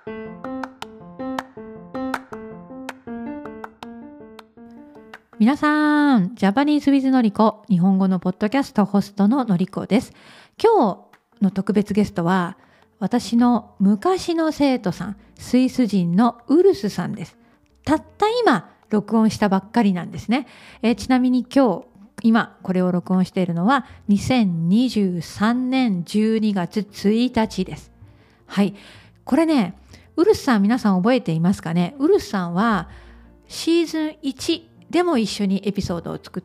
皆さん、ジャパニーズウィズのりこ、日本語のポッドキャストホストののりこです。今日の特別ゲストは、私の昔の生徒さん、スイス人のウルスさんです。たった今、録音したばっかりなんですね。ちなみに今これを録音しているのは2023年12月1日です。はい。これね、ウルスさん皆さん覚えていますかね。ウルスさんはシーズン1でも一緒にエピソードを作って、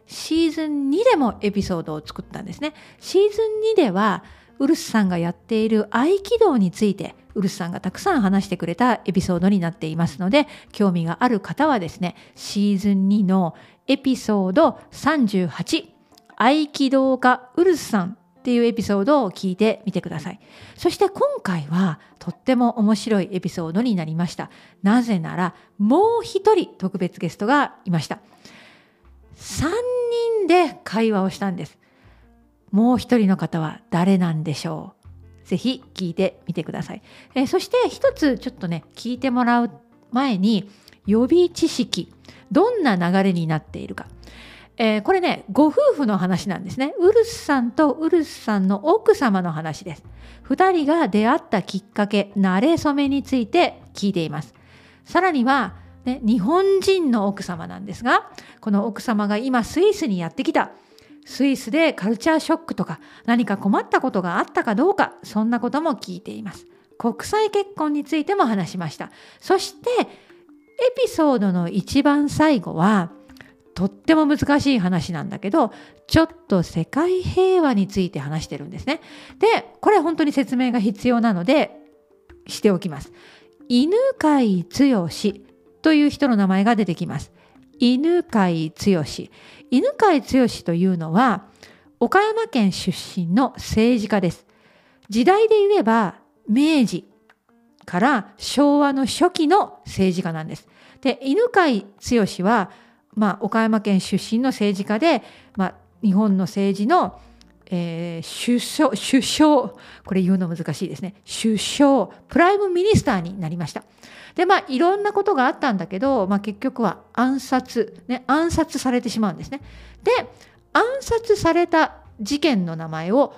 シーズン2でもエピソードを作ったんですね。シーズン2ではウルスさんがやっている合気道についてウルスさんがたくさん話してくれたエピソードになっていますので、興味がある方はですね、シーズン2のエピソード38、合気道家ウルスさんっていうエピソードを聞いてみてください。そして今回はとっても面白いエピソードになりました。なぜならもう一人特別ゲストがいました。3人で会話をしたんです。もう一人の方は誰なんでしょう。ぜひ聞いてみてください。そして一つちょっとね、聞いてもらう前に予備知識、どんな流れになっているか。これね、ご夫婦の話なんですね。ウルスさんとウルスさんの奥様の話です。2人が出会ったきっかけ、馴れ初めについて聞いています。さらには、ね、日本人の奥様なんですが、この奥様が今スイスにやってきた。スイスでカルチャーショックとか何か困ったことがあったかどうか、そんなことも聞いています。国際結婚についても話しました。そしてエピソードの一番最後はとっても難しい話なんだけど、ちょっと世界平和について話してるんですね。で、これ本当に説明が必要なのでしておきます。犬飼剛という人の名前が出てきます。犬飼剛。犬飼剛というのは岡山県出身の政治家です。時代で言えば明治から昭和の初期の政治家なんです。で、犬飼剛は岡山県出身の政治家で、日本の政治の、首相、これ言うの難しいですね。首相、プライムミニスターになりました。で、いろんなことがあったんだけど、結局は暗殺されてしまうんですね。で、暗殺された事件の名前を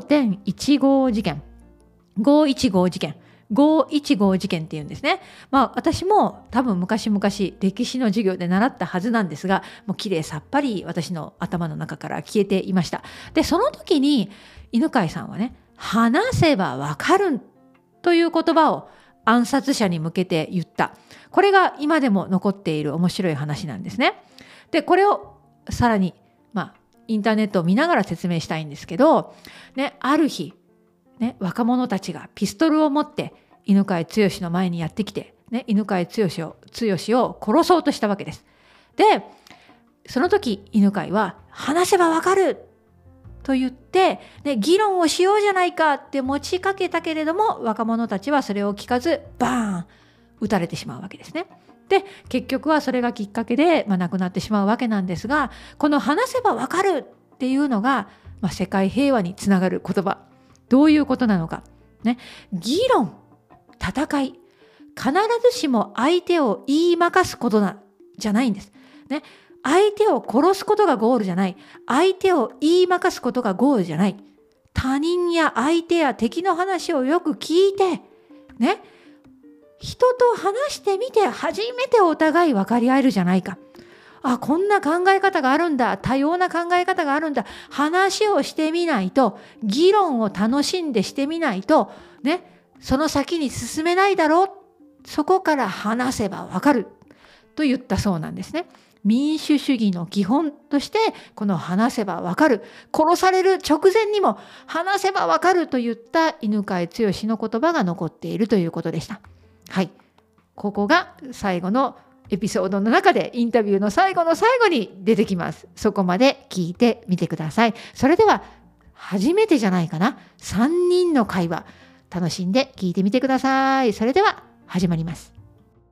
5.15事件、515事件、515事件っていうんですね。私も多分昔々歴史の授業で習ったはずなんですが、もうきれいさっぱり私の頭の中から消えていました。で、その時に犬飼さんはね、話せばわかるという言葉を暗殺者に向けて言った。これが今でも残っている面白い話なんですね。で、これをさらに、インターネットを見ながら説明したいんですけど、ね、ある日、ね、若者たちがピストルを持って犬飼剛の前にやってきて、ね、犬飼剛を殺そうとしたわけです。で、その時犬飼は話せばわかると言って、ね、議論をしようじゃないかって持ちかけたけれども、若者たちはそれを聞かずバーン撃たれてしまうわけですね。で、結局はそれがきっかけで、亡くなってしまうわけなんですが、この話せばわかるっていうのが、世界平和につながる言葉。どういうことなのか。ね、議論、戦い、必ずしも相手を言いまかすことじゃないんです。ね、相手を殺すことがゴールじゃない。相手を言いまかすことがゴールじゃない。他人や相手や敵の話をよく聞いて、ね、人と話してみて初めてお互い分かり合えるじゃないか。こんな考え方があるんだ。多様な考え方があるんだ。話をしてみないと、議論を楽しんでしてみないと、ね、その先に進めないだろう。そこから話せばわかる。と言ったそうなんですね。民主主義の基本として、この話せばわかる。殺される直前にも話せばわかると言った犬飼剛の言葉が残っているということでした。はい。ここが最後のエピソードの中でインタビューの最後の最後に出てきます。そこまで聞いてみてください。それでは初めてじゃないかな。3人の会話楽しんで聞いてみてください。それでは始まります。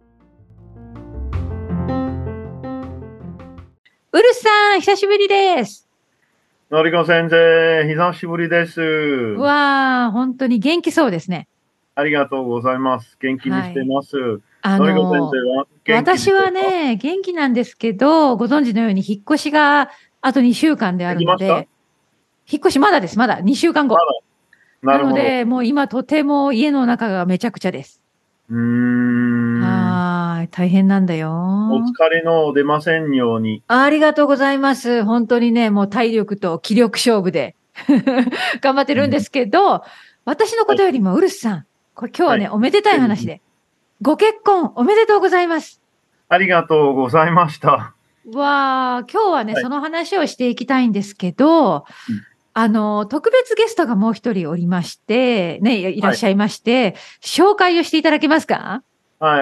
ウルスさん、久しぶりです。 のりこ先生、久しぶりです。 わー、本当に元気そうですね。 ありがとうございます。元気にしてます。 あのりこ先の、 生は元気で私はすか？ ね、元気なんですけど、ご存知のように引っ越しがあと2週間であできました？ るので、引っ越しまだです。まだ2週間後。 なるほど。 なので、もう今とても家の中がめちゃくちゃです。大変なんだおよ。 疲れの出ませんように。 ありがとうございます。本当にね、もう体力と気力勝負で頑張ってるんですけど、私のことよりもウルスさん、これ今日はね、おめでたい話で、ご結婚おめでとうございます。 ありがとうございました。 わあ、今日はね、その話をしていきたいんですけど、特別ゲストがもう一人おりまして、ね、いらっしゃいまして、紹介をしていただけますか？ はい、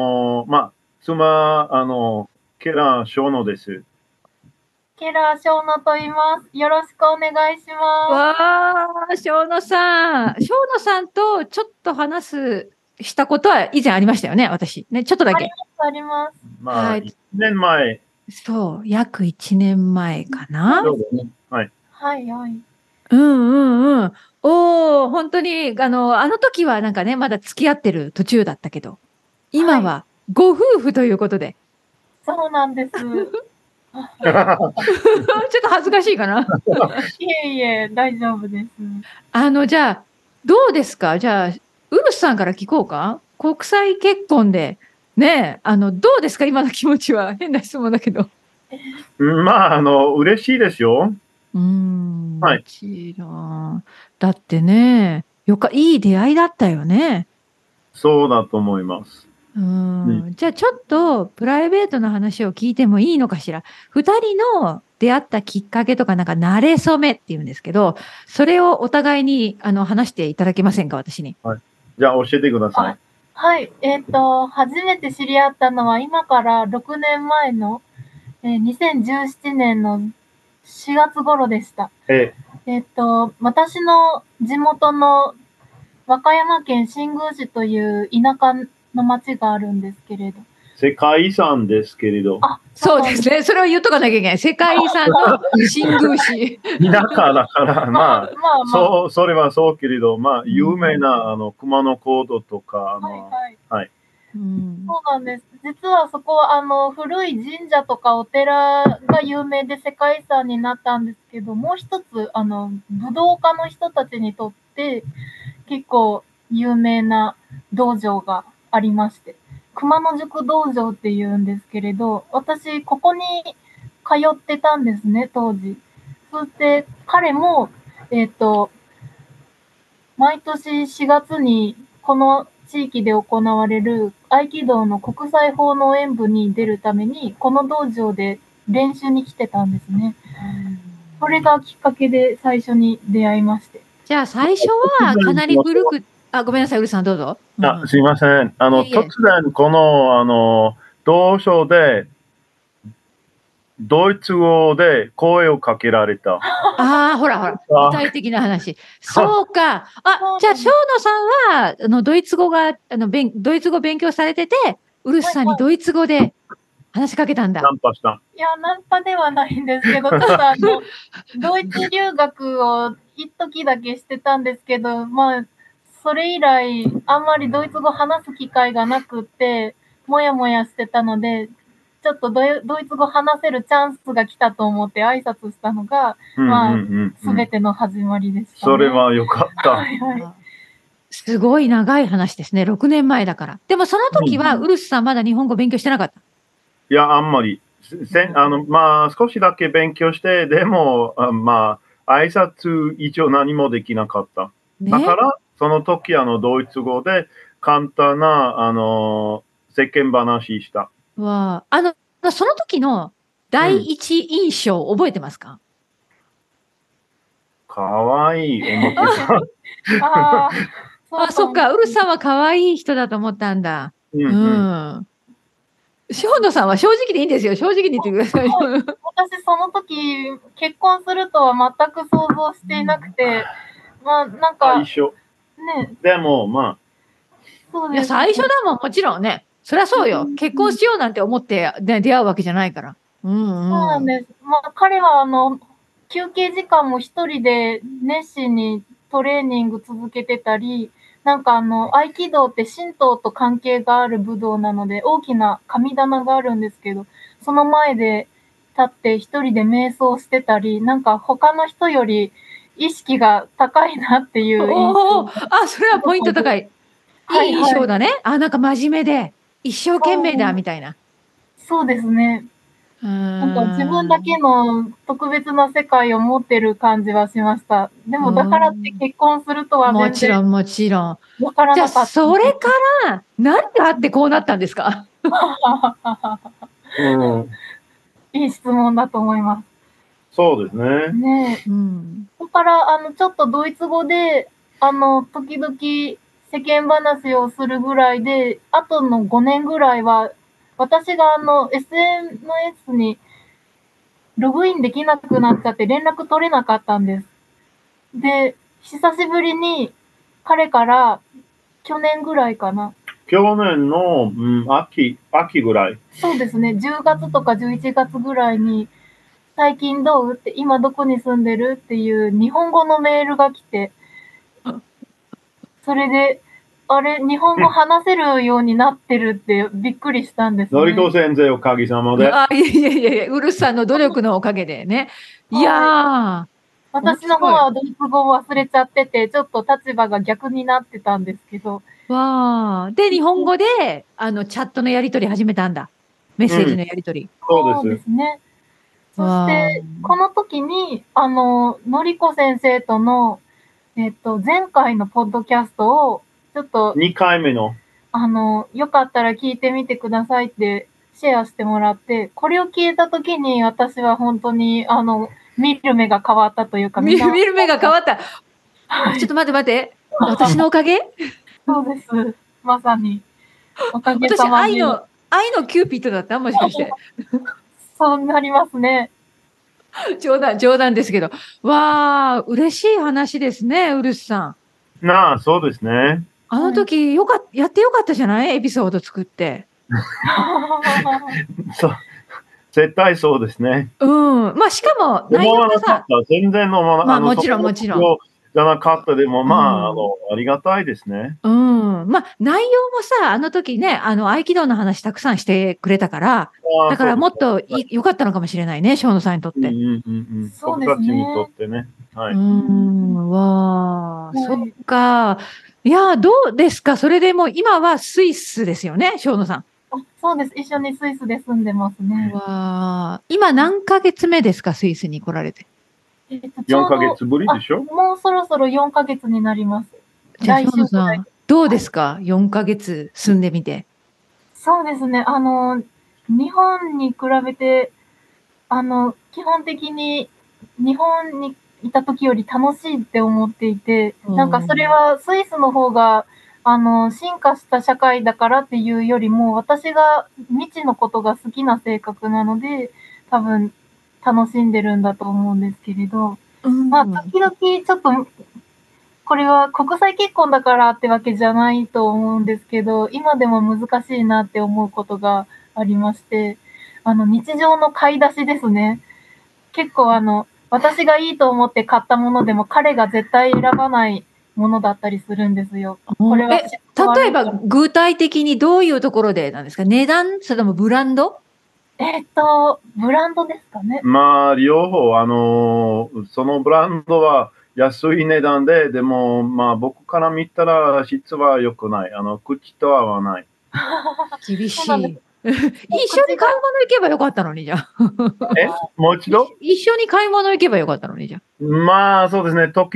妻、ケラ小野です。 ケラー小野と言います。よろしくお願いします。 わあ、生野さん。生野さんとちょっとしたことは以前ありましたよね、私。ね、ちょっとだけ。 あります。 はい。 1年前。 そう、約1年前かな。 はい。 はいはい。 本当に、あの時はなんかね、まだ付き合ってる途中だったけど、今はご夫婦ということで。 そうなんです。 ちょっと恥ずかしいかな。 いえいえ、大丈夫です。 じゃあ、どうですか？じゃあ、ウルスさんから聞こうか？国際結婚で、ね、どうですか？今の気持ちは。変な質問だけど。 嬉しいですよ。 もちろん。だってね、いい出会いだったよね。 そうだと思います。 じゃあちょっとプライベートな話を聞いてもいいのかしら。2人の出会ったきっかけとか、なんか馴れ初めっていうんですけど、それをお互いに話していただけませんか、私に。 はい。じゃあ教えてください。 はい。初めて知り合ったのは今から6年前の、2017年の4月頃でした。私の地元の和歌山県新宮市という田舎の町があるんですけれど。 世界遺産ですけれど。 そうですね。それを言っとかなきゃいけない。世界遺産の新宮市。 田舎だから、それはそうけれど、有名な、熊野古道とか、はい。 そうなんです。実はそこは、古い神社とかお寺が有名で世界遺産になったんですけど、もう一つ、武道家の人たちにとって、結構有名な道場がありまして、熊野宿道場って言うんですけれど、私、ここに通ってたんですね、当時。そして、彼も、毎年4月にこの地域で行われる合気道の国際奉納演舞に出るために、この道場で練習に来てたんですね。それがきっかけで最初に出会いまして。 じゃあ最初はかなり古く、ごめんなさい、ウルさんどうぞ。 すいません。突然この、道場で、ドイツ語で声をかけられた。 ほら、具体的な話。そうか。じゃあ、生野さんは、ドイツ語勉強されてて、ウルスさんにドイツ語で話しかけたんだ。 ナンパではないんですけど、ちょっとドイツ留学を一時だけしてたんですけど、それ以来、あんまりドイツ語話す機会がなくって、もやもやしてたので、ちょっとドイツ語話せるチャンスが来たと思って挨拶したのが、すべての始まりでしたね。 それはよかった。 すごい長い話ですね。6年前だから。でもその時は、ウルスさんまだ日本語勉強してなかった？ いや、あんまり。少しだけ勉強して、でも、挨拶以上何もできなかった。だから、その時、ドイツ語で簡単な、世間話した。 その時の第一印象覚えてますか？ かわいい、思ってた。そっか、ウルさんはかわいい人だと思ったんだ。生野さんは正直でいいんですよ。正直に言ってください。 私、その時、結婚するとは全く想像していなくて、なんか、 ね。でも、 いや、最初だもん、もちろんね。そりゃそうよ。結婚しようなんて思って、出会うわけじゃないから。そうなんです。彼は、休憩時間も一人で熱心にトレーニング続けてたり、 なんか合気道って神道と関係がある武道なので、大きな神棚があるんですけど、その前で立って一人で瞑想してたり、なんか他の人より意識が高いなっていう印象おお、あ、それはポイント高い。いい印象だね。あ、なんか真面目で、一生懸命だ、みたいな。 そうですね。なんか自分だけの特別な世界を持ってる感じはしました。でもだからって結婚するとは全然もちろん。 わからなかった。 じゃあそれから何があってこうなったんですか？ いい質問だと思います。 そうですね。 ねえ。そこからちょっとドイツ語で時々世間話をするぐらいで、あとの5年ぐらいは私がSNS にログインできなくなっちゃって連絡取れなかったんです。で、久しぶりに彼から去年ぐらいかな。 去年の、秋ぐらい。 そうですね。10月とか11月ぐらいに、最近どうって、今どこに住んでるっていう日本語のメールが来て、それで、あれ、日本語話せるようになってるってびっくりしたんですね。 のりこ先生おかげさまで。 あ、いや、ウルスさんの努力のおかげでね。いやー。 私の方はドイツ語を忘れちゃってて、ちょっと立場が逆になってたんですけど。 わー。で、日本語で、チャットのやり取り始めたんだ。メッセージのやり取り。 そうですね。そして、この時に、のりこ先生との、前回のポッドキャストを、ちょっと、 2回目の。 よかったら聞いてみてくださいってシェアしてもらって、これを聞いた時に私は本当に、見る目が変わったというか、 見る目が変わった。ちょっと待って。私のおかげ？ そうです。まさに。おかげさまで。 私、愛のキューピッドだった？もしかして。 そうなりますね。 冗談ですけど。わー、嬉しい話ですね、ウルスさん。そうですね。 あの時、やってよかったじゃない？エピソード作って。 そう。絶対そうですね。 まあ、しかも、内容がさ。 全然まあ、もちろん。 じゃなかったでも、ありがたいですね。 まあ、内容もさ、あの時ね、合気道の話たくさんしてくれたから、だからもっと良かったのかもしれないね、生野さんにとって。 僕たちにとってね。はい。 わー、そっか。いや、どうですか？それでも今はスイスですよね、生野さん。 そうです。一緒にスイスで住んでますね。 今何ヶ月目ですか、スイスに来られて。 4ヶ月ぶりでしょ？ もうそろそろ4ヶ月になります。 じゃあ、生野さん、どうですか？4ヶ月住んでみて。 そうですね。日本に比べて、基本的に日本にいた時より楽しいって思っていて、なんかそれはスイスの方が、進化した社会だからっていうよりも、私が未知のことが好きな性格なので、多分楽しんでるんだと思うんですけれど、まあ、時々ちょっと、これは国際結婚だからってわけじゃないと思うんですけど、今でも難しいなって思うことがありまして、日常の買い出しですね。結構私がいいと思って買ったものでも彼が絶対選ばないものだったりするんですよ。これは例えば具体的にどういうところでなんですか？値段？それともブランド？ ブランドですかね。 まあ、両方、そのブランドは安い値段で、でも、まあ、僕から見たら質は良くない。口と合わない。 厳しい。一緒に買い物行けばよかったのにじゃあ。 もう一度？ 一緒に買い物行けばよかったのにじゃあ。 まあ、そうですね。時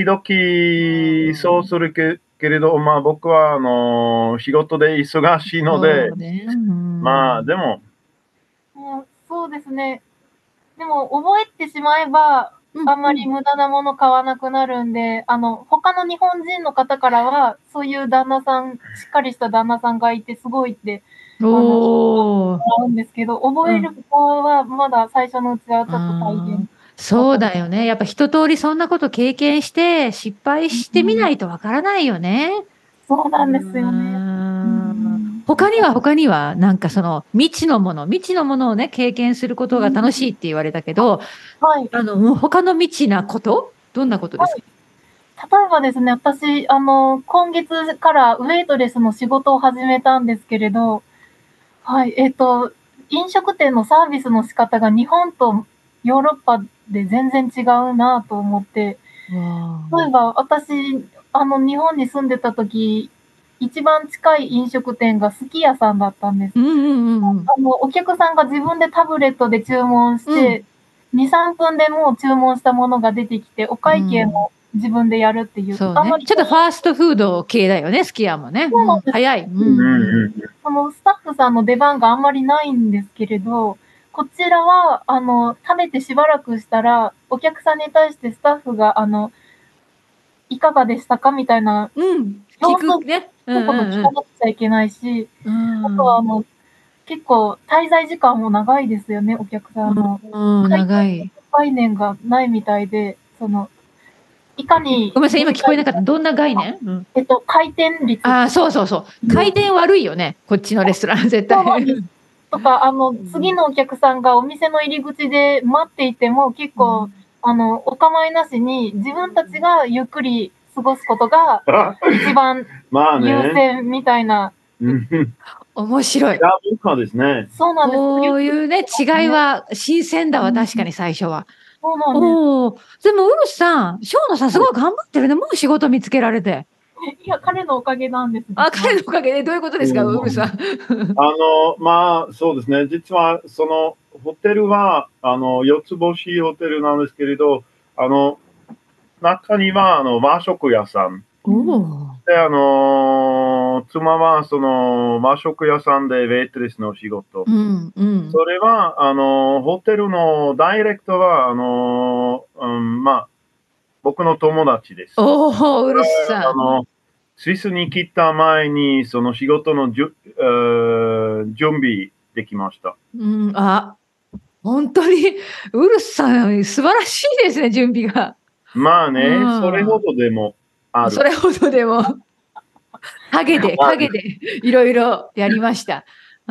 々そうするけれど、まあ、僕は、仕事で忙しいので、まあ、でも。 そうですね。でも、覚えてしまえば、あんまり無駄なもの買わなくなるんで、他の日本人の方からは、そういう旦那さん、しっかりした旦那さんがいてすごいって、思うんですけど、覚える子はまだ最初のうちはちょっと大変。 そうだよね。やっぱ一通りそんなこと経験して、失敗してみないとわからないよね。 そうなんですよね。 他には、なんかその未知のものをね、経験することが楽しいって言われたけど、他の未知なこと？どんなことですか？ えばですね、私、今月からウェイトレスの仕事を始めたんですけれど、はい、飲食店のサービスの仕方が日本とヨーロッパで全然違うなと思って、例えば私、日本に住んでた時、一番近い飲食店がすき家さんだったんです。お客さんが自分でタブレットで注文して、2、3分でもう注文したものが出てきて、お会計も自分でやるっていう。 そうね。ちょっとファーストフード系だよね、すき家もね。早い。 そのスタッフさんの出番があんまりないんですけれど、こちらは、食べてしばらくしたら、お客さんに対してスタッフが、いかがでしたかみたいな、 聞くね。 聞かなくちゃいけないし、あとは、結構滞在時間も長いですよね、お客さんの。 長い。 概念がないみたいで、いかに。 ごめんなさい、今聞こえなかった。どんな概念？ 回転率。 そうそうそう。回転悪いよね、こっちのレストラン、絶対。 とか、次のお客さんがお店の入り口で待っていても、結構、お構いなしに、自分たちがゆっくり過ごすことが、一番優先みたいな。 面白い。 文化ですね。 そうなんです。 こういうね、違いは新鮮だわ、確かに最初は。 そうなんです。 でも、ウルスさん、生野さんすごい頑張ってるね。もう仕事見つけられて。 いや、彼のおかげなんです。 彼のおかげでどういうことですか、ウルスさん。 そうですね。実は、その、ホテルは、四つ星ホテルなんですけれど、中には、和食屋さん。で、妻は、和食屋さんでウェイトレスの仕事。それは、ホテルのダイレクトは、僕の友達です。 ウルスさん。 スイスに来た前に、その仕事の準備できました。 本当に、ウルスさん、素晴らしいですね、準備が。 まあね、それほどでもある。 それほどでも。陰で、いろいろやりました。週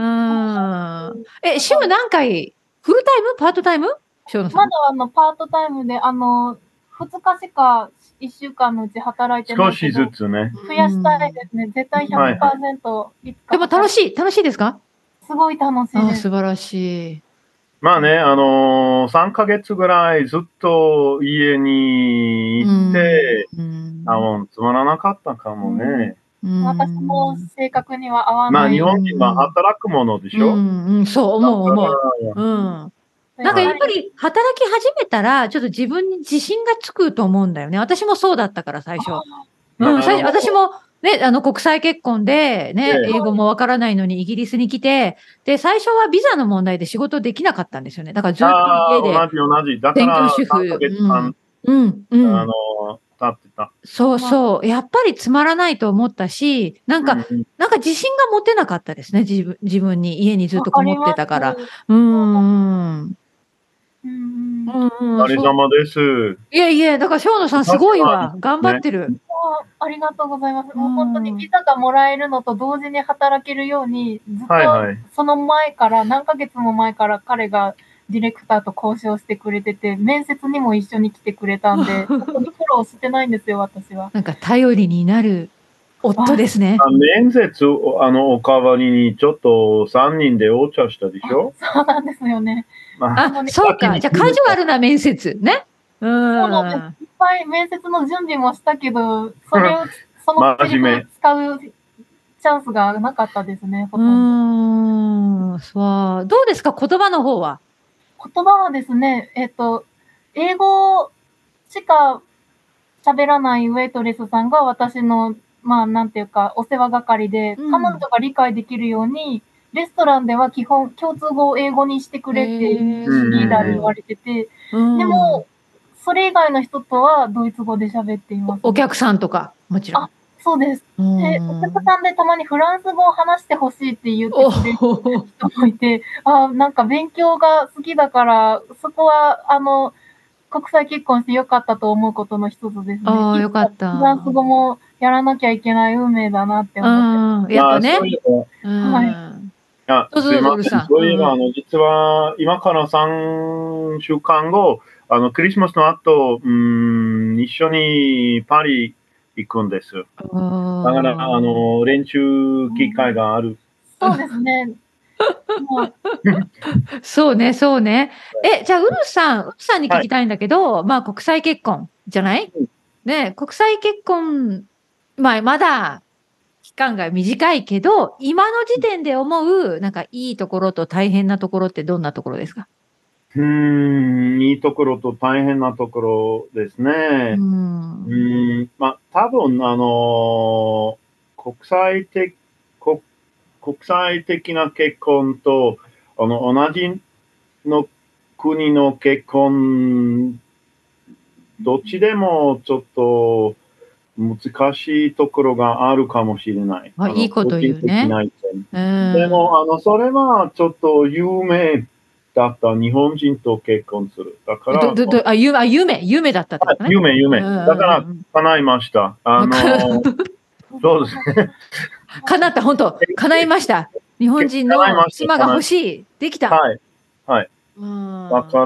何回、フルタイムパートタイム？ まだパートタイムで、2日しか1週間のうち働いてないけど。 少しずつね。 増やしたいですね。絶対 100%。 でも楽しいですか？ すごい楽しいです。 素晴らしい。 まあね、3ヶ月ぐらいずっと家に行って、つまらなかったかもね。 私も性格には合わない。 日本人は働くものでしょ？ そう思う。なんかやっぱり働き始めたら、ちょっと自分に自信がつくと思うんだよね。私もそうだったから、最初。私もね、国際結婚で、ね、英語もわからないのにイギリスに来て、で、最初はビザの問題で仕事できなかったんですよね。だからずっと家で。 同じ。だから、3ヶ月間、経ってた。 そう。やっぱりつまらないと思ったし、なんか自信が持てなかったですね。自分に家にずっとこもってたから。 お疲れ様です。 いや、だから生野さんすごいわ。頑張ってる。 ありがとうございます。もう本当にビザがもらえるのと同時に働けるように、ずっとその前から、何ヶ月も前から彼がディレクターと交渉してくれてて、面接にも一緒に来てくれたんで、本当に苦労してないんですよ、私は。 なんか頼りになる夫ですね。 面接、お代わりにちょっと3人でお茶したでしょ？ そうなんですよね。 そうか。じゃあカジュアルな面接ね。 いっぱい面接の準備もしたけど、そのセリフを使うチャンスがなかったですね、ほとんど。どうですか、言葉の方は？ 言葉はですね、英語しか喋らないウェイトレスさんが私の、なんていうか、お世話係で、彼女が理解できるように、レストランでは基本、共通語を英語にしてくれってリーダーに言われてて、でも、それ以外の人とはドイツ語で喋っています。 お客さんとか、もちろん。 そうです。で、お客さんでたまにフランス語を話してほしいって言ってくれる人もいて、なんか勉強が好きだから、そこは、国際結婚してよかったと思うことの一つですね。 よかった。 フランス語もやらなきゃいけない運命だなって思って。 やっぱね。 すいません。そういえば、実は、今から3週間後、クリスマスの後、 一緒にパリ行くんです。だから練習機会がある。 そうですね。もうそうね、そうね。じゃあ、ウルさんに聞きたいんだけど、まあ、国際結婚じゃないうんね、国際結婚、まあ、まだ期間が短いけど、今の時点で思う、なんかいいところと大変なところってどんなところですか？ いいところと大変なところですね。まあ、多分、国際的、国国際的な結婚と、同じの国の結婚、どっちでもちょっと難しいところがあるかもしれない。 いいこと言う個人的なね。 意見。でも、それはちょっと有名だった日本人と結婚する。だから、 夢だったってことね。 夢。だから、叶いました。そうですね。 叶った、本当叶いました。日本人の妻が欲しい。できた。 はい。だから、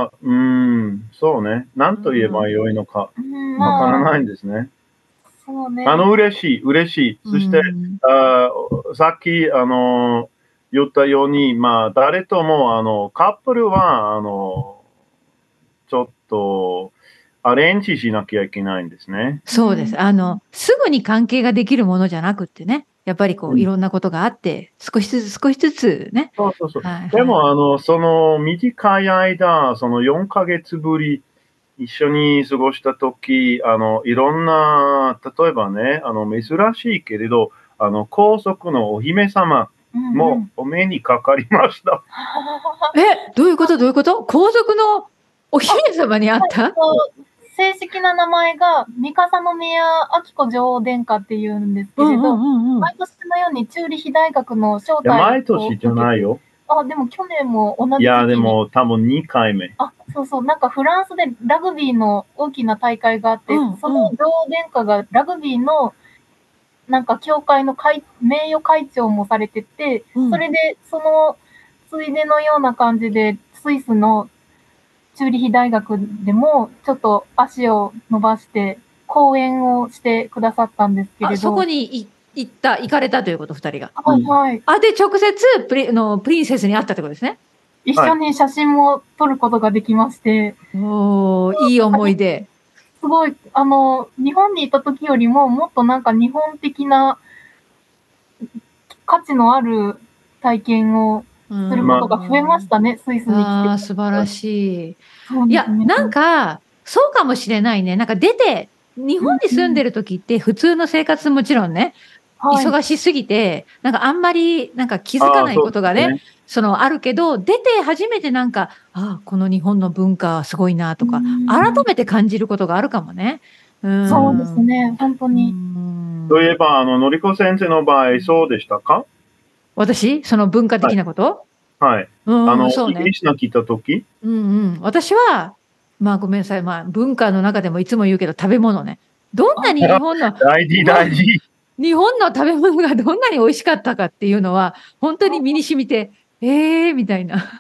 そうね。何と言えばよいのか、わからないんですね。 そうね。 嬉しい。そして、さっき、言ったように、まあ、誰とも、カップルは、ちょっと、アレンジしなきゃいけないんですね。 そうです。すぐに関係ができるものじゃなくってね。やっぱりいろんなことがあって、少しずつね。 そう。でも、その短い間、その4ヶ月ぶり、一緒に過ごしたとき、いろんな、例えばね、珍しいけれど、皇族のお姫様もお目にかかりました。 どういうこと皇族のお姫様に会った？ 正式な名前が三笠宮彬子女王殿下っていうんですけれど、毎年のようにチューリヒ大学の招待を毎年じゃないよ。 でも去年も同じ時期に。 いや、でも多分2回目。 そう。なんかフランスでラグビーの大きな大会があって、その女王殿下がラグビーのなんか協会の名誉会長もされてて、それでそのついでのような感じでスイスのチューリヒ大学でもちょっと足を伸ばして講演をしてくださったんですけれど。 そこに行かれたということ、2人が。 はい。 で、直接プリンセスに会ったってことですね。 一緒に写真も撮ることができまして。 いい思い出。 すごい、日本にいた時よりももっとなんか日本的な価値のある体験をすることが増えましたね、スイスに来て。 素晴らしい。いや、なんか、そうかもしれないね。なんか出て、日本に住んでる時って普通の生活もちろんね、忙しすぎて、なんかあんまりなんか気づかないことがね、あるけど、出て初めてなんか、この日本の文化はすごいなとか、改めて感じることがあるかもね。 そうですね、本当に。 といえば、のりこ先生の場合、そうでしたか？ 私その文化的なこと？ はい。 そうね。 イギリスに来た時？ 私は、ごめんなさい。文化の中でもいつも言うけど、食べ物ね。どんなに日本の大事。 日本の食べ物がどんなに美味しかったかっていうのは、本当に身に染みて、みたいな。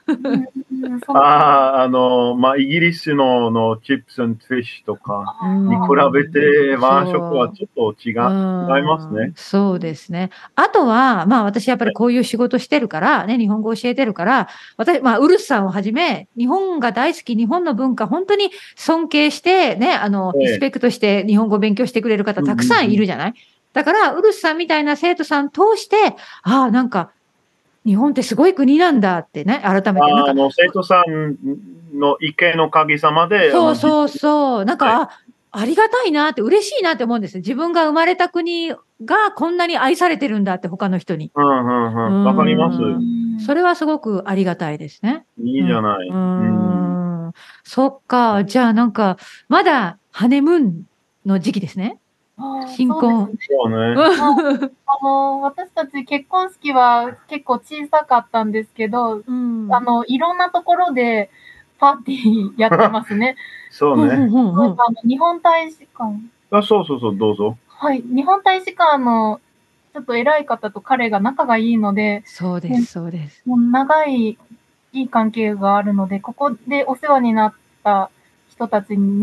イギリスのチップス&フィッシュとかに比べて、和食はちょっと違いますね。 そうですね。あとは、私やっぱりこういう仕事してるからね、日本語教えてるから、私、ウルスさんをはじめ、日本が大好き、日本の文化、本当に尊敬してね、リスペクトして日本語を勉強してくれる方たくさんいるじゃない？だから、ウルスさんみたいな生徒さん通して、なんか、日本ってすごい国なんだってね、改めて。 生徒さんの意見のおかげさまで。 そう。なんか、ありがたいなって、嬉しいなって思うんですよ。自分が生まれた国がこんなに愛されてるんだって、他の人に。 わかります。 それはすごくありがたいですね。 いいじゃない。 そっか。じゃあなんか、まだハネムーンの時期ですね。新婚。 そうね。 私たち結婚式は結構小さかったんですけど、いろんなところでパーティーやってますね。 そうね。 日本大使館。 そう、どうぞ。 はい。日本大使館のちょっと偉い方と彼が仲がいいので、 そうです。 もう長いいい関係があるので、ここでお世話になった人たちに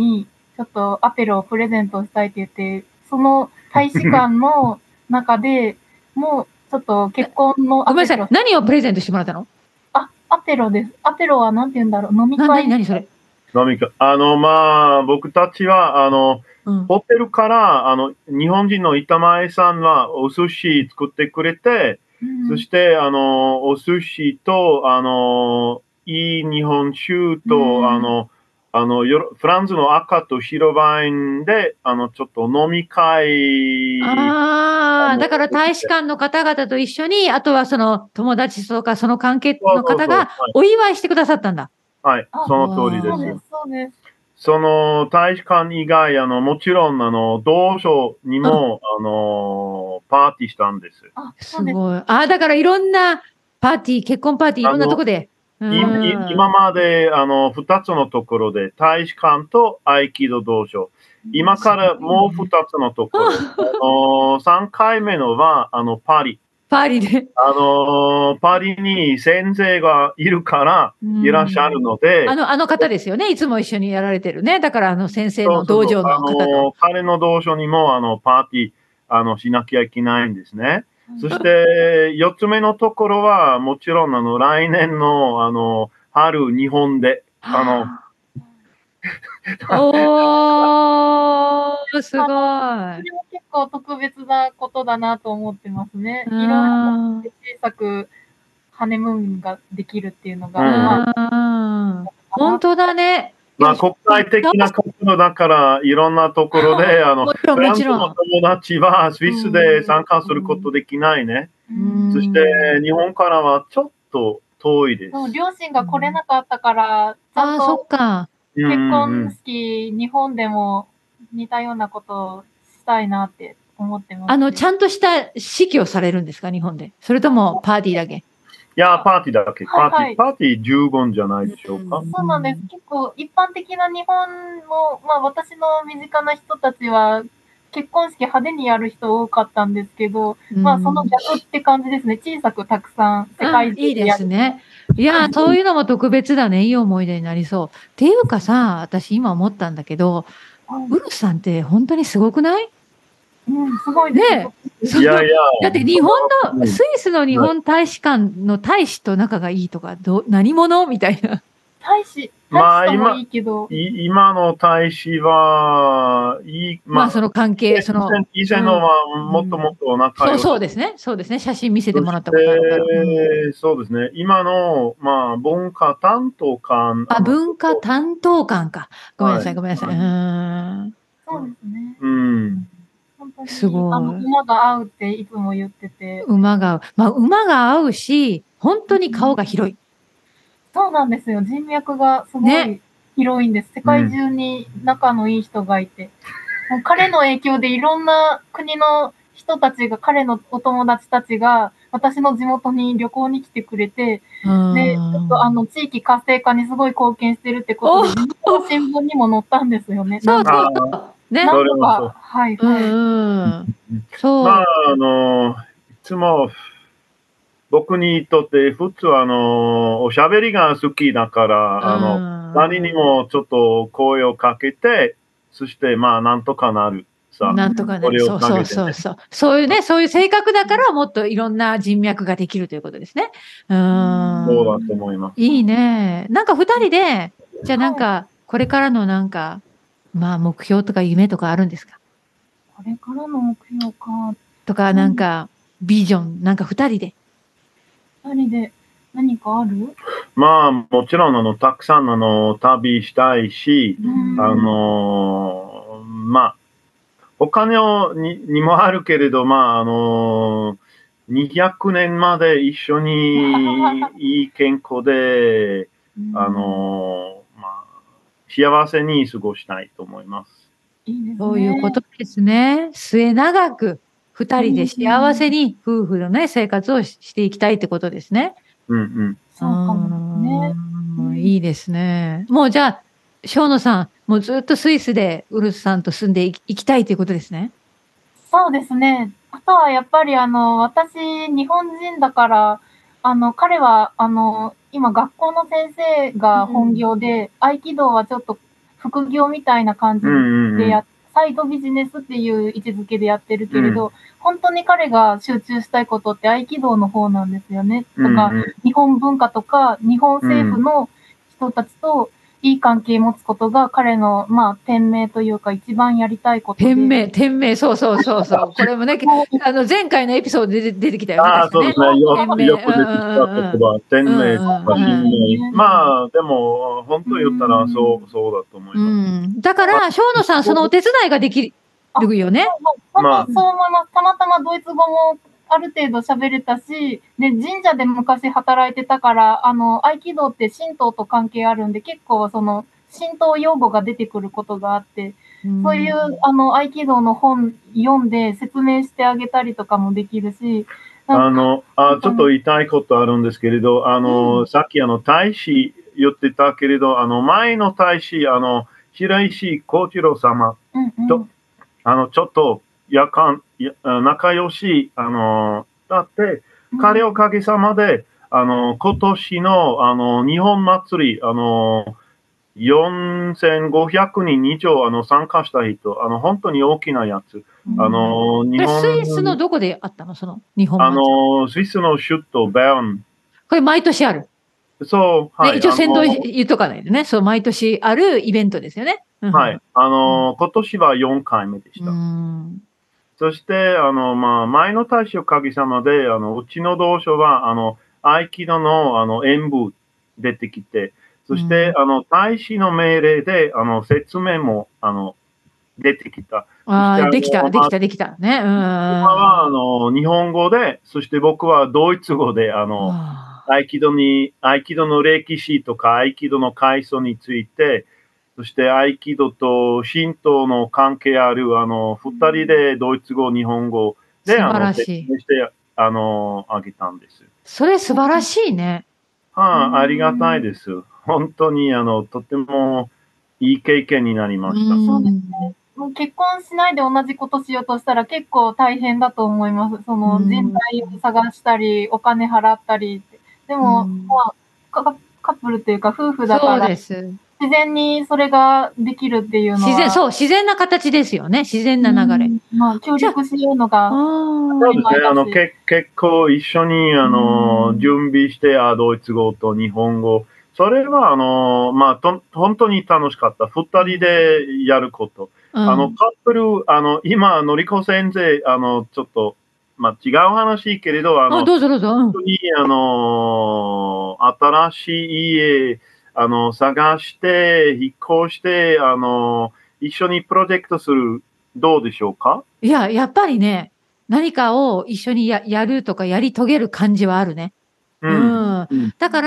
ちょっとアペロをプレゼントしたいって言って、その大使館の中でもうちょっと結婚のごめんなさい。何をプレゼントしてもらったの？ アペロです。アペロはなんて言うんだろう。飲み会。 何それ？ 飲み会。僕たちは、ホテルから、日本人の板前さんはお寿司作ってくれて、そして、お寿司と、いい日本酒と、フランスの赤と白ワインで、ちょっと飲み会。 だから大使館の方々と一緒に、あとはその友達とかその関係の方がお祝いしてくださったんだ。 はい、その通りです。 そうです。 その大使館以外、もちろん、同所にも、パーティーしたんです。 すごい。だからいろんなパーティー、結婚パーティー、いろんなとこで。 今まで、2つのところで、大使館と合気道道場。今からもう2つのところ。3回目のは、パリ。 パリで。 パリに先生がいるからいらっしゃるので。 あの方ですよね。いつも一緒にやられてるね。だから先生の道場の方と。 彼の道場にもパーティーしなきゃいけないんですね。そして、4つ目のところは、もちろん、来年の、春、日本で、 すごい。それも結構特別なことだなと思ってますね。いろんな小さくハネムーンができるっていうのが。 本当だね。 国際的なことだから、いろんなところで、フランスの友達はスイスで参加することできないね。そして、日本からはちょっと遠いです。 両親が来れなかったから、ちゃんとそっか。 結婚式、日本でも似たようなことをしたいなって思ってます。 ちゃんとした式をされるんですか、日本で。それともパーティーだけ？ いや、パーティーだけ。パーティー十分じゃないでしょうか。 そうなんです。結構一般的な日本の、私の身近な人たちは、結婚式派手にやる人多かったんですけど、その逆って感じですね。小さくたくさん世界中でいいですね。いや、そういうのも特別だね。いい思い出になりそう。っていうかさ、私今思ったんだけど、ウルスさんって本当にすごくない？ すごいですね。いやいや。だって日本の、スイスの日本大使館の大使と仲がいいとか、何者みたいな。 大使もいいけど。 今の大使は、 その関係、 以前のはもっともっと仲良い。 そうですね。そうですね。写真見せてもらったことあるから。 そうですね。今の、文化担当官。 文化担当官か。ごめんなさい。 そうですね。 すごい。 馬が合うっていつも言ってて。 馬が合うし、本当に顔が広い。 そうなんですよ。人脈がすごい広いんです。世界中に仲のいい人がいて。彼の影響でいろんな国の人たちが、彼のお友達たちが、私の地元に旅行に来てくれて、で、ちょっと地域活性化にすごい貢献してるってことで、新聞にも載ったんですよね。 そう。 ね。 なんとか、はい。 そう。 いつも、僕にとって普通おしゃべりが好きだから、何にもちょっと声をかけて、そしてなんとかなる。 なんとかね。そう。そういうね、そういう性格だからもっといろんな人脈ができるということですね。 そうだと思います。 いいね。なんか2人で、じゃあなんか、これからのなんか、目標とか夢とかあるんですか？ これからの目標か。 とか、なんか、ビジョン、なんか2人で。 2人で何かある？ もちろんたくさん旅したいし、お金にもあるけれど、200年まで一緒にいい健康で、幸せに過ごしたいと思います。 そういうことですね。末永く2人で幸せに夫婦のね、生活をしていきたいってことですね。 そうかもね。 いいですね。もうじゃあ、生野さん、もうずっとスイスでウルスさんと住んでいきたいということですね。 そうですね。あとはやっぱり私、日本人だから、彼は今学校の先生が本業で、合気道はちょっと副業みたいな感じでサイドビジネスっていう位置づけでやってるけれど、本当に彼が集中したいことって合気道の方なんですよね。とか、日本文化とか、日本政府の人たちといい関係持つことが彼の、まあ、天命というか一番やりたいことで。 天命、そう。これもね、前回のエピソードで出てきたよね。 そうですね。よく出てきた言葉、天命とか神命。まあ、でも、本当言ったらそうだと思います。 だから、生野さん、そのお手伝いができるよね。 そう思います。たまたまドイツ語もある程度喋れたし、で、神社で昔働いてたから、合気道って神道と関係あるんで、結構神道用語が出てくることがあって、そういう、合気道の本読んで説明してあげたりとかもできるし、 ちょっと言いたいことあるんですけれど、さっき大使言ってたけれど、前の大使、白石幸次郎様と、ちょっと仲良し、だって、彼おかげさまで、今年の、日本祭り、4500人以上、参加した人、本当に大きなやつ。 日本。スイスのどこであったの、その日本祭り。スイスの首都、ベルン。 これ毎年ある。 そう、はい。 一応先導言っとかないとね。そう、毎年あるイベントですよね。 はい。今年は4回目でした。そして、前の大使おかげさまで、うちの道所は、合気道の演舞出てきて、そして、大使の命令で、説明も、出てきた。 できた。ね。 今は、日本語で、そして僕はドイツ語で、合気道の歴史とか、合気道の階層について、そして合気道と神道の関係ある、二人でドイツ語、日本語で、説明して、あげたんです。 それ素晴らしいね。 ありがたいです。本当に、とてもいい経験になりました。 そうですね。もう結婚しないで同じことしようとしたら結構大変だと思います。人材を探したり、お金払ったり。でも、カップルっていうか夫婦だから、自然にそれができるっていうのは。 自然な形ですよね。自然な流れ。 協力しようのが。 そうですね。結構一緒に、準備して、ドイツ語と日本語。それは、本当に楽しかった。二人でやること。カップル、今、のりこ先生、ちょっと、違う話けれど、 どうぞ。 本当に、新しい家、探して、引っ越して、一緒にプロジェクトする、どうでしょうか？ いや、やっぱりね、何かを一緒にやるとかやり遂げる感じはあるね。だから、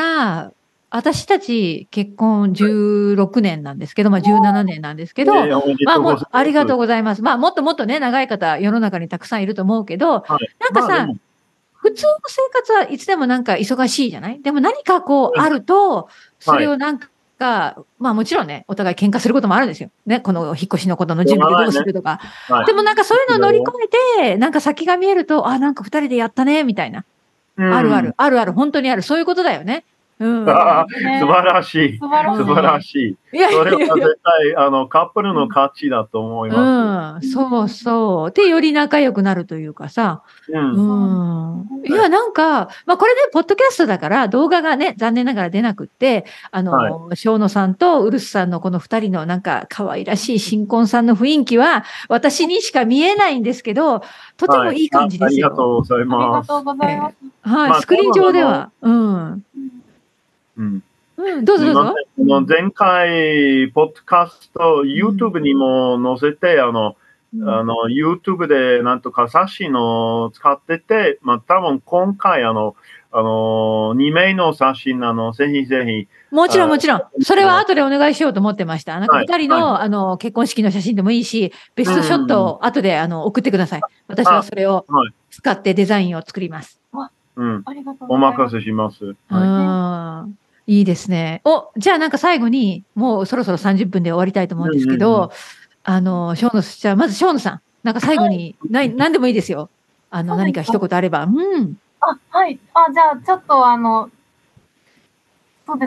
私たち結婚16年なんですけど、17年なんですけど、もうありがとうございます。もっともっとね、長い方、世の中にたくさんいると思うけど、なんかさ、普通の生活はいつでもなんか忙しいじゃない？でも何かあると、それをなんか、もちろんね、お互い喧嘩することもあるんですよ。ね、この引っ越しのことの準備でどうするとか。でもなんかそういうのを乗り越えて、なんか先が見えると、なんか二人でやったね、みたいな。ある、本当にある。そういうことだよね。 素晴らしい。それは絶対、カップルの価値だと思います。 そう。で、より仲良くなるというかさ。いや、なんか、これね、ポッドキャストだから、動画がね、残念ながら出なくって、生野さんとウルスさんのこの二人のなんか、可愛らしい新婚さんの雰囲気は、私にしか見えないんですけど、とてもいい感じですよ。 ありがとうございます。 ありがとうございます。 スクリーン上では。どうぞ。 前回、ポッドキャスト、YouTube にも載せて、YouTube でなんとか写真を使ってて、多分今回、2名の写真、ぜひ。 もちろん。それは後でお願いしようと思ってました。2人の、結婚式の写真でもいいし、ベストショットを後で送ってください。私はそれを使ってデザインを作ります。 お任せします。 いいですね。じゃあなんか最後に、もうそろそろ30分で終わりたいと思うんですけど、じゃあまず生野さん、なんか最後に、何でもいいですよ。何か一言あれば。 はい。じゃあちょっとそうですね。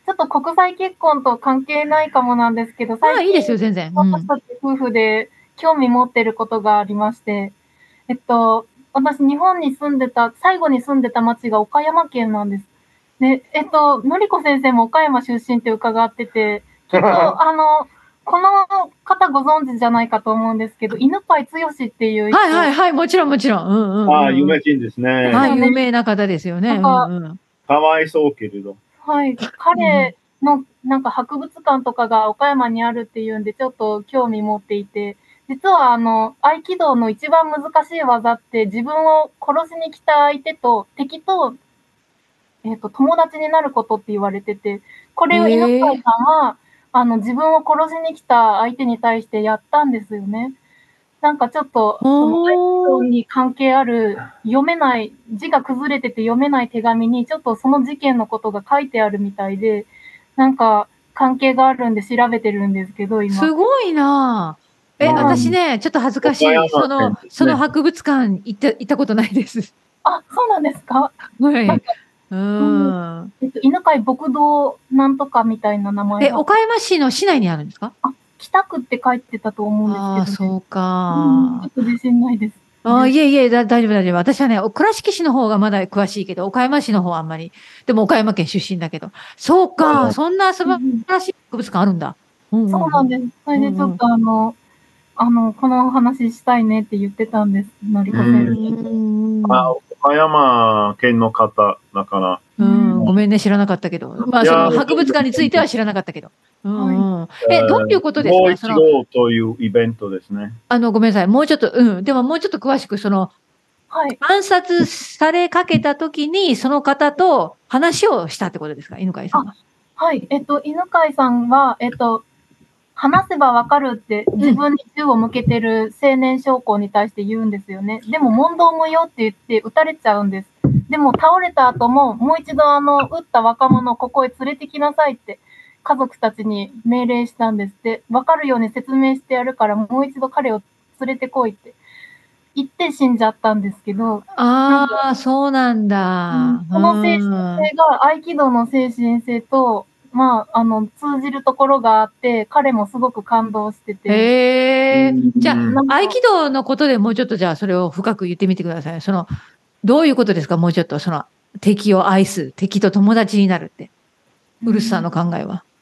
ちょっと国際結婚と関係ないかもなんですけど、 いいですよ、全然。 私たち夫婦で興味持ってることがありまして、私、日本に最後に住んでた町が岡山県なんです。で、のりこ先生も岡山出身って伺ってて、きっと、この方ご存知じゃないかと思うんですけど、犬飼剛っていう人。 はいはいはい、もちろんもちろん。 有名人ですね。 有名な方ですよね。 かわいそうけれど。 はい。彼のなんか博物館とかが岡山にあるっていうんで、ちょっと興味持っていて、実は合気道の一番難しい技って、自分を殺しに来た相手と、敵と、友達になることって言われてて、これを犬飼さんは、自分を殺しに来た相手に対してやったんですよね。なんかちょっと、その合気道に関係ある、読めない、字が崩れてて読めない手紙に、ちょっとその事件のことが書いてあるみたいで、なんか関係があるんで調べてるんですけど、今。 すごいなぁ。私ね、ちょっと恥ずかしい。その博物館行ったことないです。 あ、そうなんですか？ はい。 犬飼牧道なんとかみたいな名前が。 岡山市の市内にあるんですか？ 北区って書いてたと思うんですけど、ね。 そうか。 ちょっと自信ないです。 いえ、大丈夫。私はね、倉敷市の方がまだ詳しいけど、岡山市の方はあんまり。でも岡山県出身だけど。そうか、そんな素晴らしい博物館あるんだ。 そうなんです。それでちょっとこの話したいねって言ってたんです、のりこ先生。 岡山県の方だから。 ごめんね、知らなかったけど。その博物館については知らなかったけど。どういうことですか？ もう一度というイベントですね。 ごめんなさい。もうちょっと、でももうちょっと詳しく、暗殺されかけた時に、その方と話をしたってことですか？犬飼さんは。 はい。犬飼さんは、話せばわかるって自分に銃を向けてる青年将校に対して言うんですよね。でも問答無用って言って撃たれちゃうんです。でも倒れた後ももう一度撃った若者をここへ連れてきなさいって家族たちに命令したんですって。わかるように説明してやるからもう一度彼を連れてこいって言って死んじゃったんですけど。 そうなんだ。 この精神性が合気道の精神性と、通じるところがあって、彼もすごく感動してて。 じゃあ、合気道のことでもうちょっとじゃあ、それを深く言ってみてください。どういうことですか？もうちょっと、敵を愛す、敵と友達になるって。ウルスさんの考えは。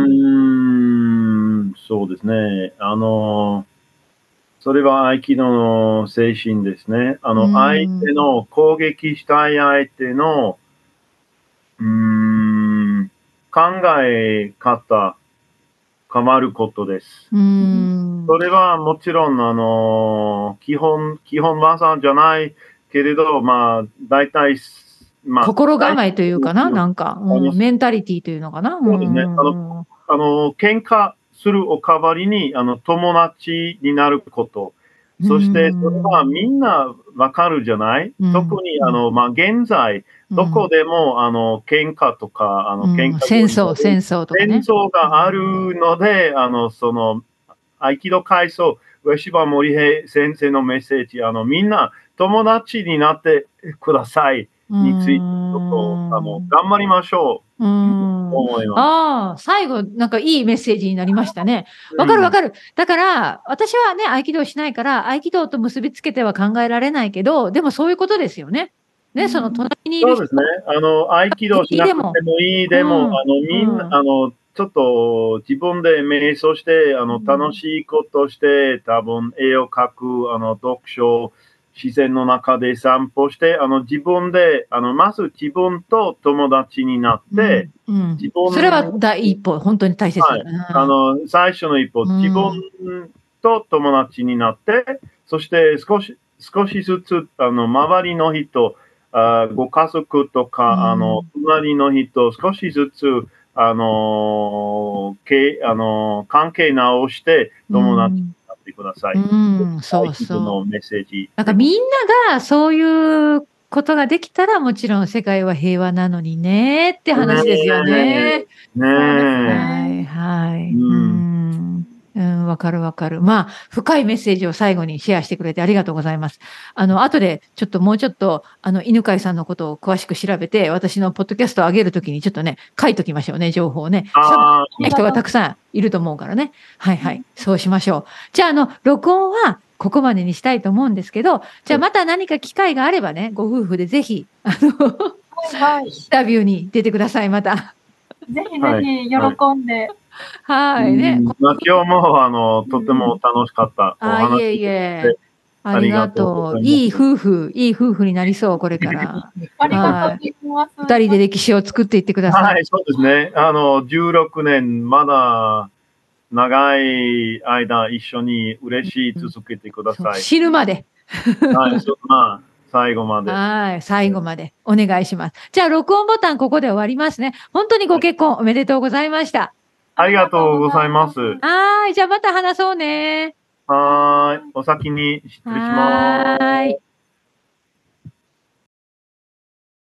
そうですね。それは合気道の精神ですね。相手の、攻撃したい相手の、考え方、変わることです。それはもちろん、基本技じゃないけれど、大体、 心構えというかな、なんか、メンタリティというのかな。 そうですね。喧嘩するお代わりに、友達になること。そして、それはみんなわかるじゃない？特に、現在、どこでも、喧嘩とか、 戦争とかね。 戦争があるので、合気道体操、上柴森平先生のメッセージ、みんな友達になってくださいについて、ちょっと、頑張りましょう。思います。 最後、なんかいいメッセージになりましたね。わかる。だから、私はね、合気道しないから、合気道と結びつけては考えられないけど、でもそういうことですよね。ね、その隣にいる人。 そうですね。合気道しなくてもいい、でも、みんな、ちょっと自分で瞑想して、楽しいことして、多分絵を描く、読書、自然の中で散歩して、自分で、まず自分と友達になって、 それは第一歩、本当に大切。 最初の一歩、自分と友達になって、そして少しずつ、周りの人、ご家族とか、隣の人、少しずつ、関係直して友達になってください。のメッセージ。 なんかみんながそういうことができたら、もちろん世界は平和なのにねって話ですよね。はい。 わかるわかる。まあ、深いメッセージを最後にシェアしてくれてありがとうございます。後でちょっともうちょっと、犬飼さんのことを詳しく調べて、私のポッドキャストを上げるときにちょっとね、書いときましょうね、情報をね。 あ人がたくさんいると思うからね。はいはい。そうしましょう。じゃあ、録音はここまでにしたいと思うんですけど、じゃあまた何か機会があればね、ご夫婦でぜひ、 はい。 インタビューに出てください、また。 ぜひぜひ喜んで。 はいね。 まあ、今日もとても楽しかったお話いえいえ。ありがとう。いい夫婦になりそう、これから。 ありがとうございます。 二人で歴史を作っていってください。 はい、そうですね。16年、まだ長い間一緒に嬉しい続けてください。 死ぬまで。 はい、まあ、最後まで。 はい、最後までお願いします。じゃあ、録音ボタンここで終わりますね。本当にご結婚おめでとうございました。 ありがとうございます。 はい、じゃあまた話そうね。 はい、お先に失礼します。 はい。